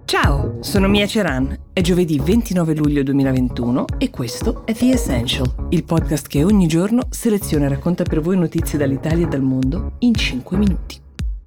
Ciao, sono Mia Ceran. È giovedì 29 luglio 2021 e questo è The Essential, il podcast che ogni giorno seleziona e racconta per voi notizie dall'Italia e dal mondo in 5 minuti.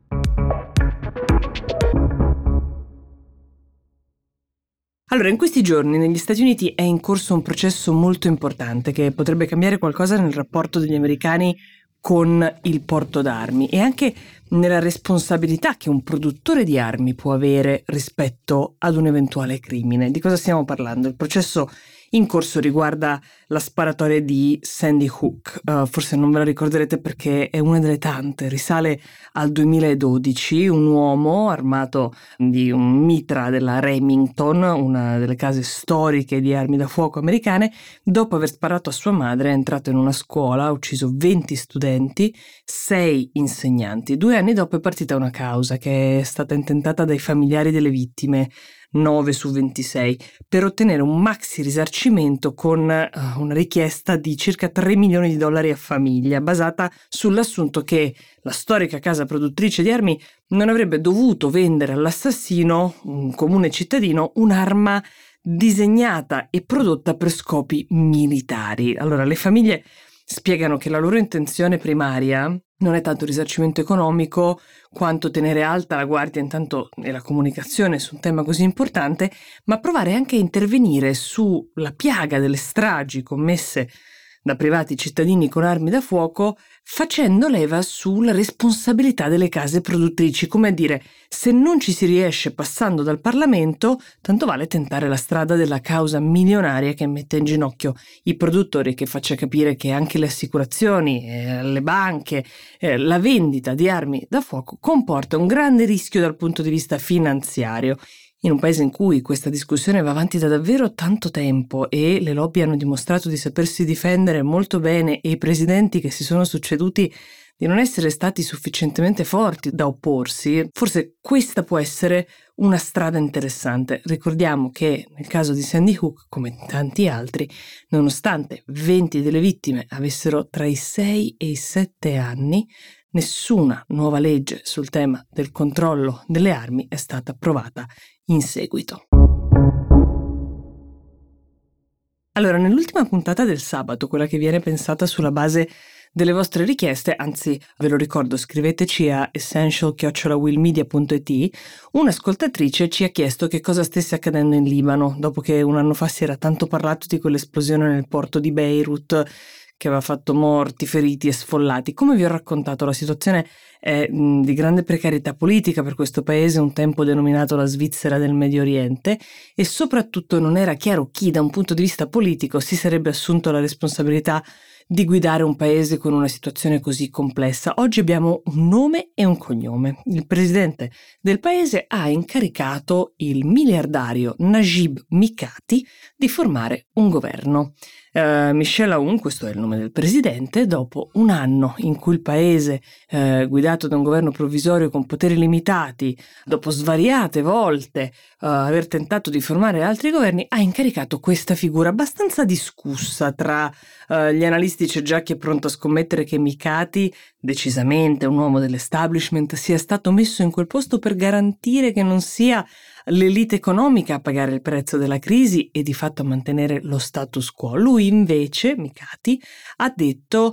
Allora, in questi giorni negli Stati Uniti è in corso un processo molto importante che potrebbe cambiare qualcosa nel rapporto degli americani con il porto d'armi e anche nella responsabilità che un produttore di armi può avere rispetto ad un eventuale crimine. Di cosa stiamo parlando? Il processo in corso riguarda la sparatoria di Sandy Hook. Forse non ve la ricorderete perché è una delle tante. Risale al 2012. Un uomo armato di un mitra della Remington, una delle case storiche di armi da fuoco americane, dopo aver sparato a sua madre è entrato in una scuola, ha ucciso 20 studenti, 6 insegnanti. 2 anni dopo è partita una causa che è stata intentata dai familiari delle vittime, 9 su 26, per ottenere un maxi risarcimento con una richiesta di circa $3 milioni a famiglia, basata sull'assunto che la storica casa produttrice di armi non avrebbe dovuto vendere all'assassino, un comune cittadino, un'arma disegnata e prodotta per scopi militari. Allora, le famiglie spiegano che la loro intenzione primaria non è tanto il risarcimento economico quanto tenere alta la guardia intanto nella comunicazione su un tema così importante, ma provare anche a intervenire sulla piaga delle stragi commesse da privati cittadini con armi da fuoco, facendo leva sulla responsabilità delle case produttrici, come a dire, se non ci si riesce passando dal Parlamento, tanto vale tentare la strada della causa milionaria che mette in ginocchio i produttori, che faccia capire che anche le assicurazioni, le banche, la vendita di armi da fuoco comporta un grande rischio dal punto di vista finanziario. In un paese in cui questa discussione va avanti da davvero tanto tempo e le lobby hanno dimostrato di sapersi difendere molto bene e i presidenti che si sono succeduti di non essere stati sufficientemente forti da opporsi, forse questa può essere una strada interessante. Ricordiamo che nel caso di Sandy Hook, come tanti altri, nonostante 20 delle vittime avessero tra i 6 e i 7 anni, nessuna nuova legge sul tema del controllo delle armi è stata approvata in seguito. Allora, nell'ultima puntata del sabato, quella che viene pensata sulla base delle vostre richieste, anzi ve lo ricordo, scriveteci a essential@willmedia.it, un'ascoltatrice ci ha chiesto che cosa stesse accadendo in Libano, dopo che un anno fa si era tanto parlato di quell'esplosione nel porto di Beirut che aveva fatto morti, feriti e sfollati. Come vi ho raccontato, la situazione è di grande precarietà politica per questo paese, un tempo denominato la Svizzera del Medio Oriente, e soprattutto non era chiaro chi da un punto di vista politico si sarebbe assunto la responsabilità di guidare un paese con una situazione così complessa. Oggi abbiamo un nome e un cognome. Il presidente del paese ha incaricato il miliardario Najib Mikati di formare un governo. Michel Aoun, questo è il nome del presidente, dopo un anno in cui il paese, guidato da un governo provvisorio con poteri limitati, dopo svariate volte aver tentato di formare altri governi, ha incaricato questa figura abbastanza discussa. Tra gli analisti c'è già chi è pronto a scommettere che Mikati, decisamente un uomo dell'establishment, sia stato messo in quel posto per garantire che non sia l'elite economica a pagare il prezzo della crisi e di fatto a mantenere lo status quo. Lui invece, Mikati, ha detto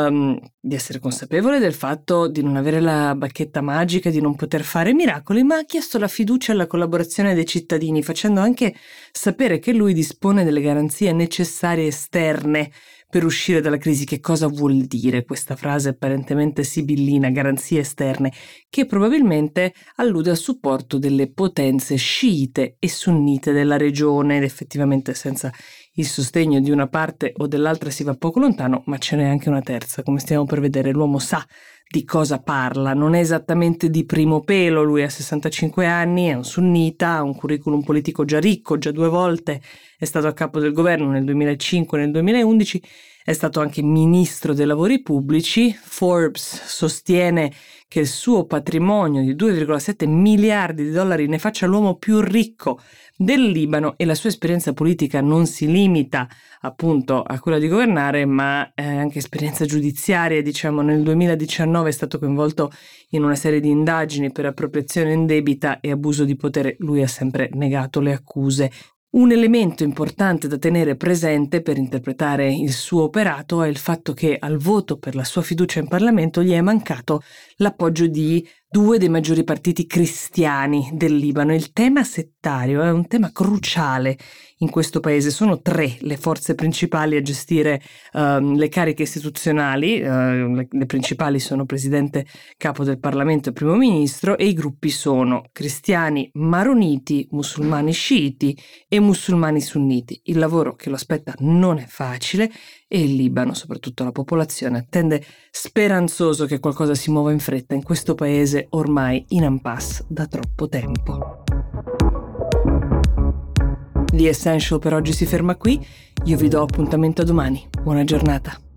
di essere consapevole del fatto di non avere la bacchetta magica, di non poter fare miracoli, ma ha chiesto la fiducia e la collaborazione dei cittadini, facendo anche sapere che lui dispone delle garanzie necessarie esterne per uscire dalla crisi. Che cosa vuol dire questa frase apparentemente sibillina, garanzie esterne? Che probabilmente allude al supporto delle potenze sciite e sunnite della regione, ed effettivamente senza il sostegno di una parte o dell'altra si va poco lontano, ma ce n'è anche una terza, come stiamo per vedere. L'uomo sa di cosa parla, non è esattamente di primo pelo, lui ha 65 anni, è un sunnita, ha un curriculum politico già ricco, già 2 volte è stato a capo del governo nel 2005 e nel 2011, è stato anche ministro dei lavori pubblici. Forbes sostiene che il suo patrimonio di 2,7 miliardi di dollari ne faccia l'uomo più ricco del Libano, e la sua esperienza politica non si limita appunto a quella di governare, ma anche esperienza giudiziaria. Diciamo, nel 2019 è stato coinvolto in una serie di indagini per appropriazione indebita e abuso di potere. Lui ha sempre negato le accuse. Un elemento importante da tenere presente per interpretare il suo operato è il fatto che al voto per la sua fiducia in Parlamento gli è mancato l'appoggio di 2 dei maggiori partiti cristiani del Libano. Il tema settario è un tema cruciale in questo paese. Sono 3 le forze principali a gestire le cariche istituzionali. Le principali sono presidente, capo del Parlamento e primo ministro, e i gruppi sono cristiani maroniti, musulmani sciiti e musulmani sunniti. Il lavoro che lo aspetta non è facile e il Libano, soprattutto la popolazione, attende speranzoso che qualcosa si muova in fretta in questo paese ormai in impasse da troppo tempo. The Essential per oggi si ferma qui, io vi do appuntamento a domani. Buona giornata.